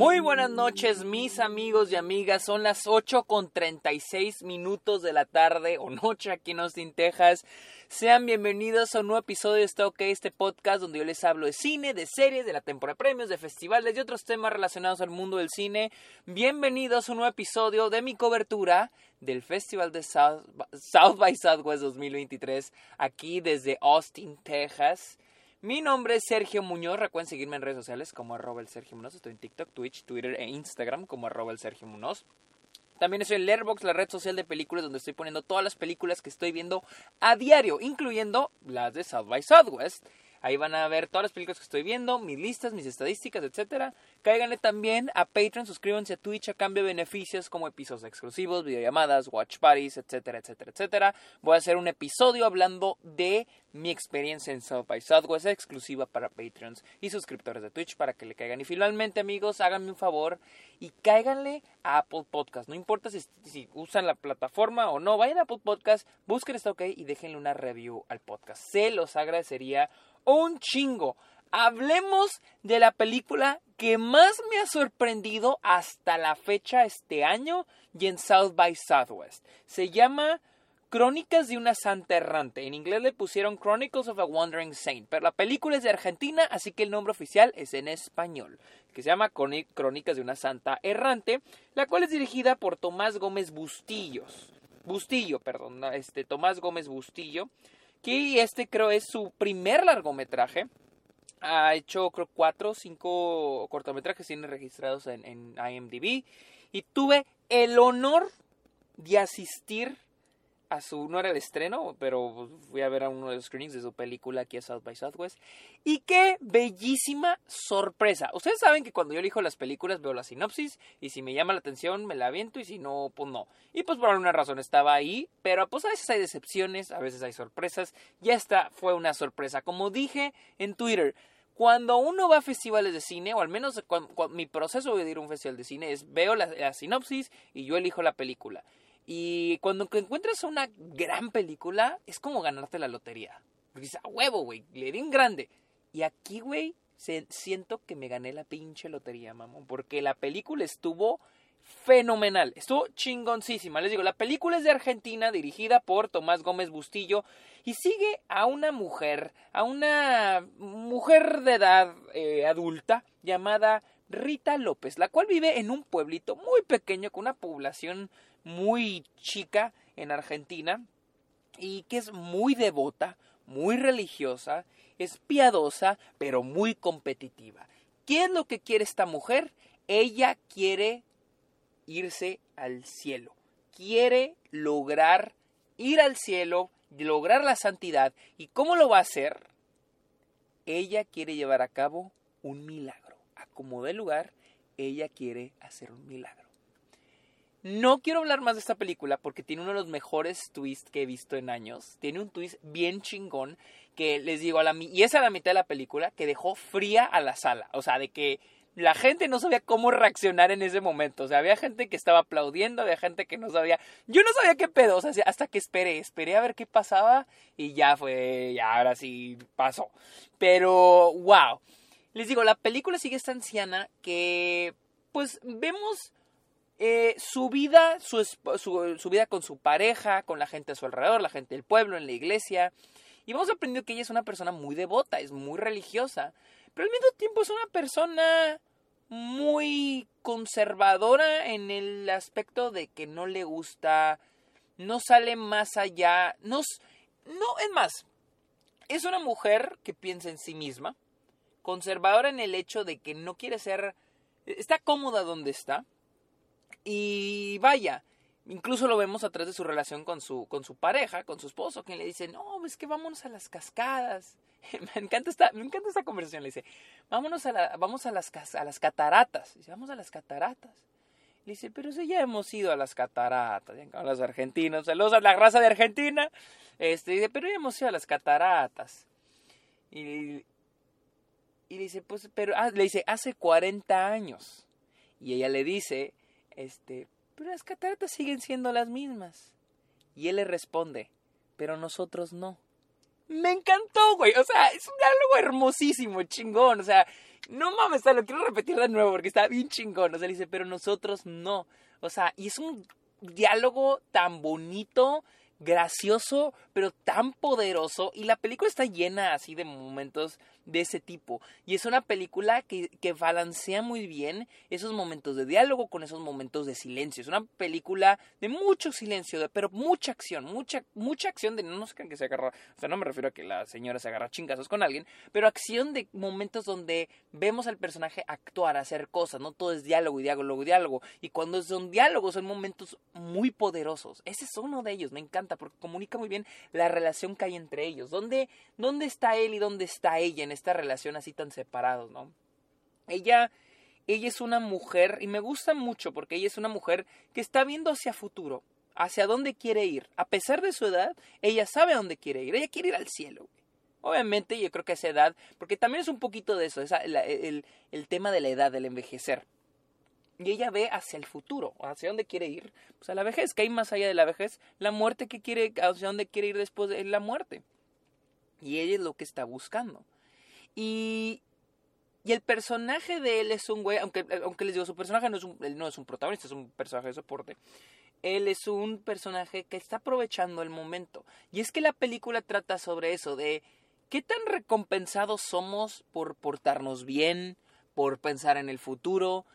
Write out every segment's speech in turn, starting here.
Muy buenas noches, mis amigos y amigas. Son las 8:36 de la tarde o noche aquí en Austin, Texas. Sean bienvenidos a un nuevo episodio de Está OK, este podcast donde yo les hablo de cine, de series, de la temporada de premios, de festivales y otros temas relacionados al mundo del cine. Bienvenidos a un nuevo episodio de mi cobertura del Festival de South by Southwest 2023 aquí desde Austin, Texas. Mi nombre es Sergio Muñoz. Recuerden seguirme en redes sociales como @elsergiomunoz. Estoy en TikTok, Twitch, Twitter e Instagram como @elsergiomunoz. También estoy en Letterboxd, la red social de películas donde estoy poniendo todas las películas que estoy viendo a diario, incluyendo las de South by Southwest. Ahí van a ver todas las películas que estoy viendo, mis listas, mis estadísticas, etc. Cáiganle también a Patreon, suscríbanse a Twitch a cambio de beneficios como episodios exclusivos, videollamadas, watch parties, etcétera, etcétera, etcétera. Voy a hacer un episodio hablando de mi experiencia en South by Southwest exclusiva para Patreons y suscriptores de Twitch para que le caigan. Y finalmente, amigos, háganme un favor y cáiganle a Apple Podcast. No importa si usan la plataforma o no, vayan a Apple Podcast, busquen Está OK y déjenle una review al podcast. Se los agradecería un chingo. Hablemos de la película que más me ha sorprendido hasta la fecha este año y en South by Southwest. Se llama Crónicas de una Santa Errante. En inglés le pusieron Chronicles of a Wandering Saint, pero la película es de Argentina, así que el nombre oficial es en español, que se llama Crónicas de una Santa Errante, la cual es dirigida por Tomás Gómez Bustillo, que creo es su primer largometraje. Ha hecho creo 4 o 5 cortometrajes tiene registrados en IMDb. Y tuve el honor de asistir a no era el estreno, pero fui a ver a uno de los screenings de su película aquí a South by Southwest. Y qué bellísima sorpresa. Ustedes saben que cuando yo elijo las películas veo la sinopsis y si me llama la atención me la aviento y si no, pues no. Y pues por alguna razón estaba ahí, pero pues a veces hay decepciones, a veces hay sorpresas. Y esta fue una sorpresa. Como dije en Twitter, cuando uno va a festivales de cine, o al menos mi proceso de ir a un festival de cine es veo la sinopsis y yo elijo la película. Y cuando encuentras una gran película, es como ganarte la lotería. Porque dices, a huevo, güey, le di un grande. Y aquí, güey, siento que me gané la pinche lotería, mamón. Porque la película estuvo fenomenal, estuvo chingoncísima. Les digo, la película es de Argentina, dirigida por Tomás Gómez Bustillo. Y sigue a una mujer de edad adulta llamada Rita López, la cual vive en un pueblito muy pequeño con una población muy chica en Argentina y que es muy devota, muy religiosa, es piadosa, pero muy competitiva. ¿Qué es lo que quiere esta mujer? Ella quiere irse al cielo, quiere lograr ir al cielo, lograr la santidad. ¿Y cómo lo va a hacer? Ella quiere llevar a cabo un milagro. A como dé lugar, ella quiere hacer un milagro. No quiero hablar más de esta película porque tiene uno de los mejores twists que he visto en años. Tiene un twist bien chingón que les digo, y es a la mitad de la película, que dejó fría a la sala. O sea, de que la gente no sabía cómo reaccionar en ese momento. O sea, había gente que estaba aplaudiendo, había gente que no sabía. Yo no sabía qué pedo, o sea, hasta que esperé a ver qué pasaba y ya ahora sí pasó. Pero, wow. Les digo, la película sigue esta anciana que, pues, vemos su vida con su pareja, con la gente a su alrededor, la gente del pueblo, en la iglesia. Y vamos aprendiendo que ella es una persona muy devota, es muy religiosa, pero al mismo tiempo es una persona muy conservadora en el aspecto de que no le gusta, no sale más allá, no, es más, es una mujer que piensa en sí misma, conservadora en el hecho de que no quiere está cómoda donde está. Y vaya, incluso lo vemos a través de su relación con su pareja, con su esposo, que le dice, no, es que vámonos a las cascadas. Me encanta esta conversación. Le dice, vamos a las cataratas. Dice, vamos a las cataratas. Le dice, pero si ya hemos ido a las cataratas. Los argentinos, saludos a la raza de Argentina. Dice, pero ya hemos ido a las cataratas. Y le dice, pues, le dice, hace 40 años. Y ella le dice, pero las cataratas siguen siendo las mismas. Y él le responde, pero nosotros no. Me encantó, güey. O sea, es un diálogo hermosísimo, chingón. O sea, no mames, lo quiero repetir de nuevo porque está bien chingón. O sea, le dice, pero nosotros no. O sea, y es un diálogo tan bonito, gracioso, pero tan poderoso. Y la película está llena así de momentos de ese tipo. Y es una película que balancea muy bien esos momentos de diálogo con esos momentos de silencio. Es una película de mucho silencio, pero mucha acción, mucha acción de no se crean que se agarra, o sea, no me refiero a que la señora se agarra chingazos con alguien, pero acción de momentos donde vemos al personaje actuar, hacer cosas, no todo es diálogo y diálogo y diálogo. Y cuando son diálogos son momentos muy poderosos. Ese es uno de ellos, me encanta porque comunica muy bien la relación que hay entre ellos. ¿Dónde está él y dónde está ella en esta relación así tan separados, ¿no? Ella es una mujer, y me gusta mucho porque ella es una mujer que está viendo hacia futuro, hacia dónde quiere ir. A pesar de su edad, ella sabe a dónde quiere ir. Ella quiere ir al cielo. Obviamente, yo creo que a esa edad, porque también es un poquito de eso, el tema de la edad, del envejecer. Y ella ve hacia el futuro, hacia dónde quiere ir. Pues a la vejez, que hay más allá de la vejez, la muerte que quiere, hacia dónde quiere ir después de la muerte. Y ella es lo que está buscando. Y el personaje de él es un güey, aunque les digo, su personaje él no es un protagonista, es un personaje de soporte. Él es un personaje que está aprovechando el momento. Y es que la película trata sobre eso, de qué tan recompensados somos por portarnos bien, por pensar en el futuro.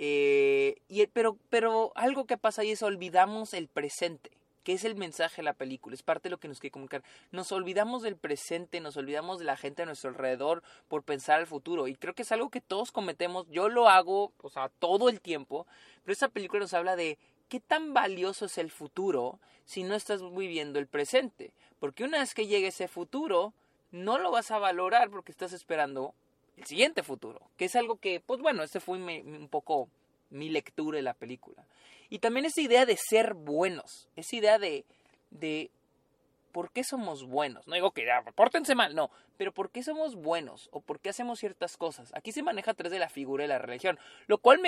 Pero algo que pasa ahí es olvidamos el presente, que es el mensaje de la película, es parte de lo que nos quiere comunicar. Nos olvidamos del presente, nos olvidamos de la gente a nuestro alrededor por pensar al futuro. Y creo que es algo que todos cometemos, yo lo hago, o sea, todo el tiempo. Pero esta película nos habla de qué tan valioso es el futuro si no estás viviendo el presente. Porque una vez que llegue ese futuro, no lo vas a valorar porque estás esperando el siguiente futuro. Que es algo que, pues bueno, este fue un poco mi lectura de la película. Y también esa idea de ser buenos, esa idea de por qué somos buenos. No digo que ya, pórtense mal, no, pero por qué somos buenos o por qué hacemos ciertas cosas. Aquí se maneja a través de la figura de la religión, lo cual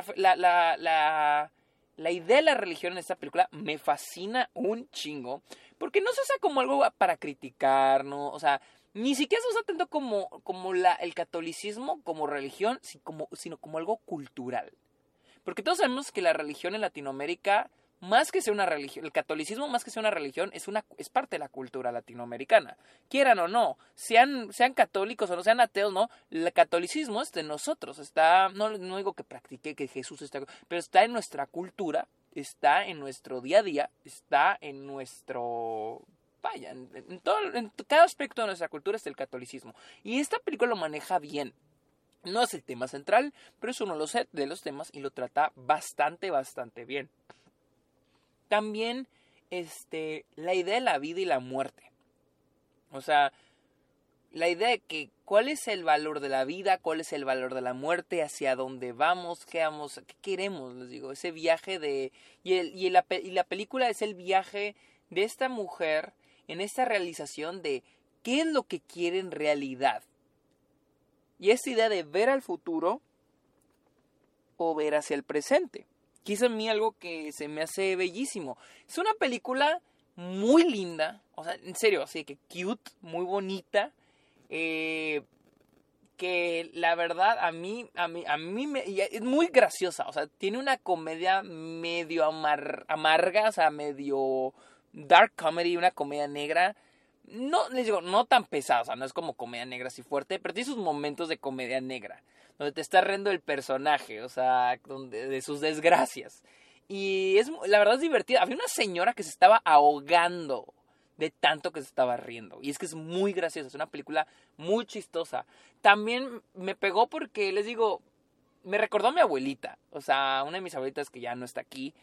la idea de la religión en esta película me fascina un chingo, porque no se usa como algo para criticar, ¿no? O sea, ni siquiera se usa tanto como el catolicismo como religión, sino como algo cultural. Porque todos sabemos que la religión en Latinoamérica, más que sea una religión, el catolicismo más que sea una religión, es parte de la cultura latinoamericana. Quieran o no, sean católicos o no sean ateos, ¿no? El catolicismo es de nosotros, no digo que practique, que Jesús está, pero está en nuestra cultura, está en nuestro día a día, está en nuestro... Vaya, en cada aspecto de nuestra cultura está el catolicismo. Y esta película lo maneja bien. No es el tema central, pero es uno de los temas y lo trata bastante bien. También la idea de la vida y la muerte. O sea, la idea de que cuál es el valor de la vida, cuál es el valor de la muerte, hacia dónde vamos, qué queremos, les digo, ese viaje y la película es el viaje de esta mujer en esta realización de qué es lo que quiere en realidad. Y esta idea de ver al futuro o ver hacia el presente. Que es a mí algo que se me hace bellísimo. Es una película muy linda. O sea, en serio, así que cute, muy bonita. Que la verdad a mí es muy graciosa. O sea, tiene una comedia medio amarga. O sea, medio dark comedy, una comedia negra. No, les digo, no tan pesada, o sea, no es como comedia negra así fuerte, pero tiene sus momentos de comedia negra, donde te está riendo el personaje, o sea, de sus desgracias. Y la verdad es divertida. Había una señora que se estaba ahogando de tanto que se estaba riendo. Y es que es muy graciosa, es una película muy chistosa. También me pegó porque, les digo, me recordó a mi abuelita, o sea, una de mis abuelitas que ya no está aquí.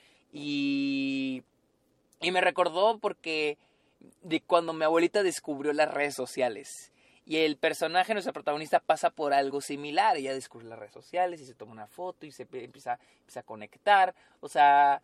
Y me recordó porque de cuando mi abuelita descubrió las redes sociales. Y el personaje, nuestra protagonista, pasa por algo similar. Ella descubre las redes sociales y se toma una foto y se empieza a conectar. O sea,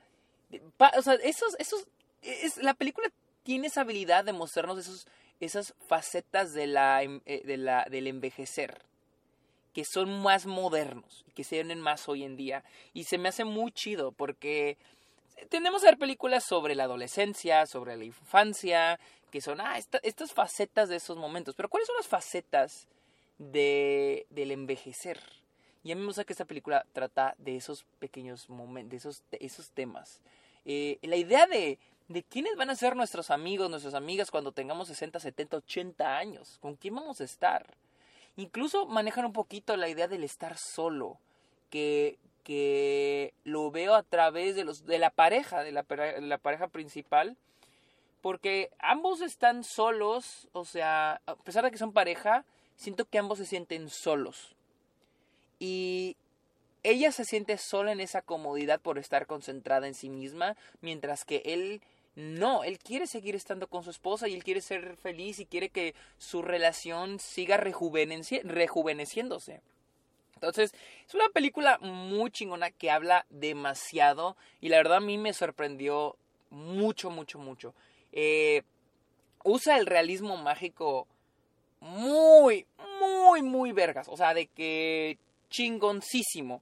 la película tiene esa habilidad de mostrarnos esas facetas del envejecer, que son más modernos y que se ven más hoy en día. Y se me hace muy chido porque tendemos a ver películas sobre la adolescencia, sobre la infancia, que son estas facetas de esos momentos. Pero ¿cuáles son las facetas del envejecer? Y a mí me gusta que esta película trata de esos pequeños momentos, de esos temas. La idea de quiénes van a ser nuestros amigos, nuestras amigas cuando tengamos 60, 70, 80 años. ¿Con quién vamos a estar? Incluso manejan un poquito la idea del estar solo, que lo veo a través de la pareja, de la pareja principal, porque ambos están solos, o sea, a pesar de que son pareja, siento que ambos se sienten solos. Y ella se siente sola en esa comodidad por estar concentrada en sí misma, mientras que él no, él quiere seguir estando con su esposa y él quiere ser feliz y quiere que su relación siga rejuveneciéndose. Entonces, es una película muy chingona que habla demasiado y la verdad a mí me sorprendió mucho, mucho, mucho. Usa el realismo mágico muy, muy, muy vergas. O sea, de que chingoncísimo.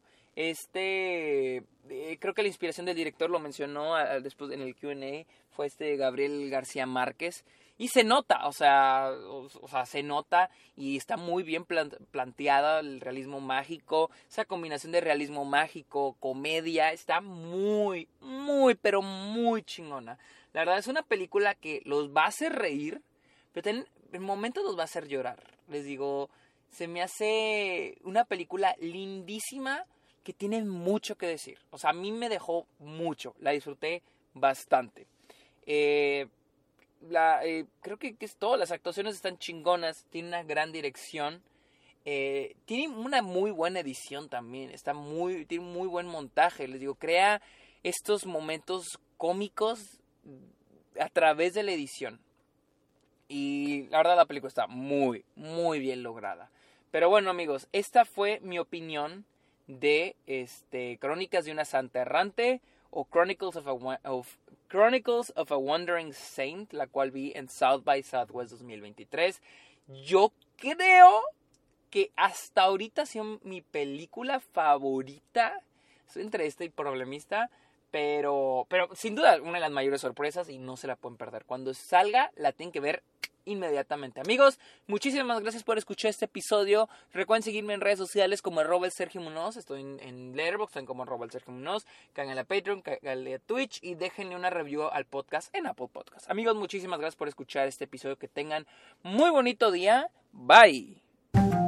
Creo que la inspiración del director lo mencionó después en el Q&A, fue Gabriel García Márquez. Y se nota, o sea, se nota y está muy bien planteada el realismo mágico. Esa combinación de realismo mágico, comedia, está muy, muy, pero muy chingona. La verdad es una película que los va a hacer reír, pero en momentos los va a hacer llorar. Les digo, se me hace una película lindísima que tiene mucho que decir. O sea, a mí me dejó mucho, la disfruté bastante. Creo que es todo, las actuaciones están chingonas, tiene una gran dirección, tiene una muy buena edición también, tiene un muy buen montaje, les digo, crea estos momentos cómicos a través de la edición. Y la verdad la película está muy, muy bien lograda. Pero bueno, amigos, esta fue mi opinión de Crónicas de una Santa Errante o Chronicles of a Wandering Saint, la cual vi en South by Southwest 2023. Yo creo que hasta ahorita ha sido mi película favorita. Estoy entre esta y Problemista, pero sin duda una de las mayores sorpresas y no se la pueden perder. Cuando salga la tienen que ver inmediatamente. Amigos, muchísimas gracias por escuchar este episodio. Recuerden seguirme en redes sociales como @Sergio_Munoz. Estoy en Letterboxd, estoy como @Sergio_Munoz. Cáiganle a Patreon, cáiganle a Twitch y déjenle una review al podcast en Apple Podcast. Amigos, muchísimas gracias por escuchar este episodio. Que tengan muy bonito día. Bye.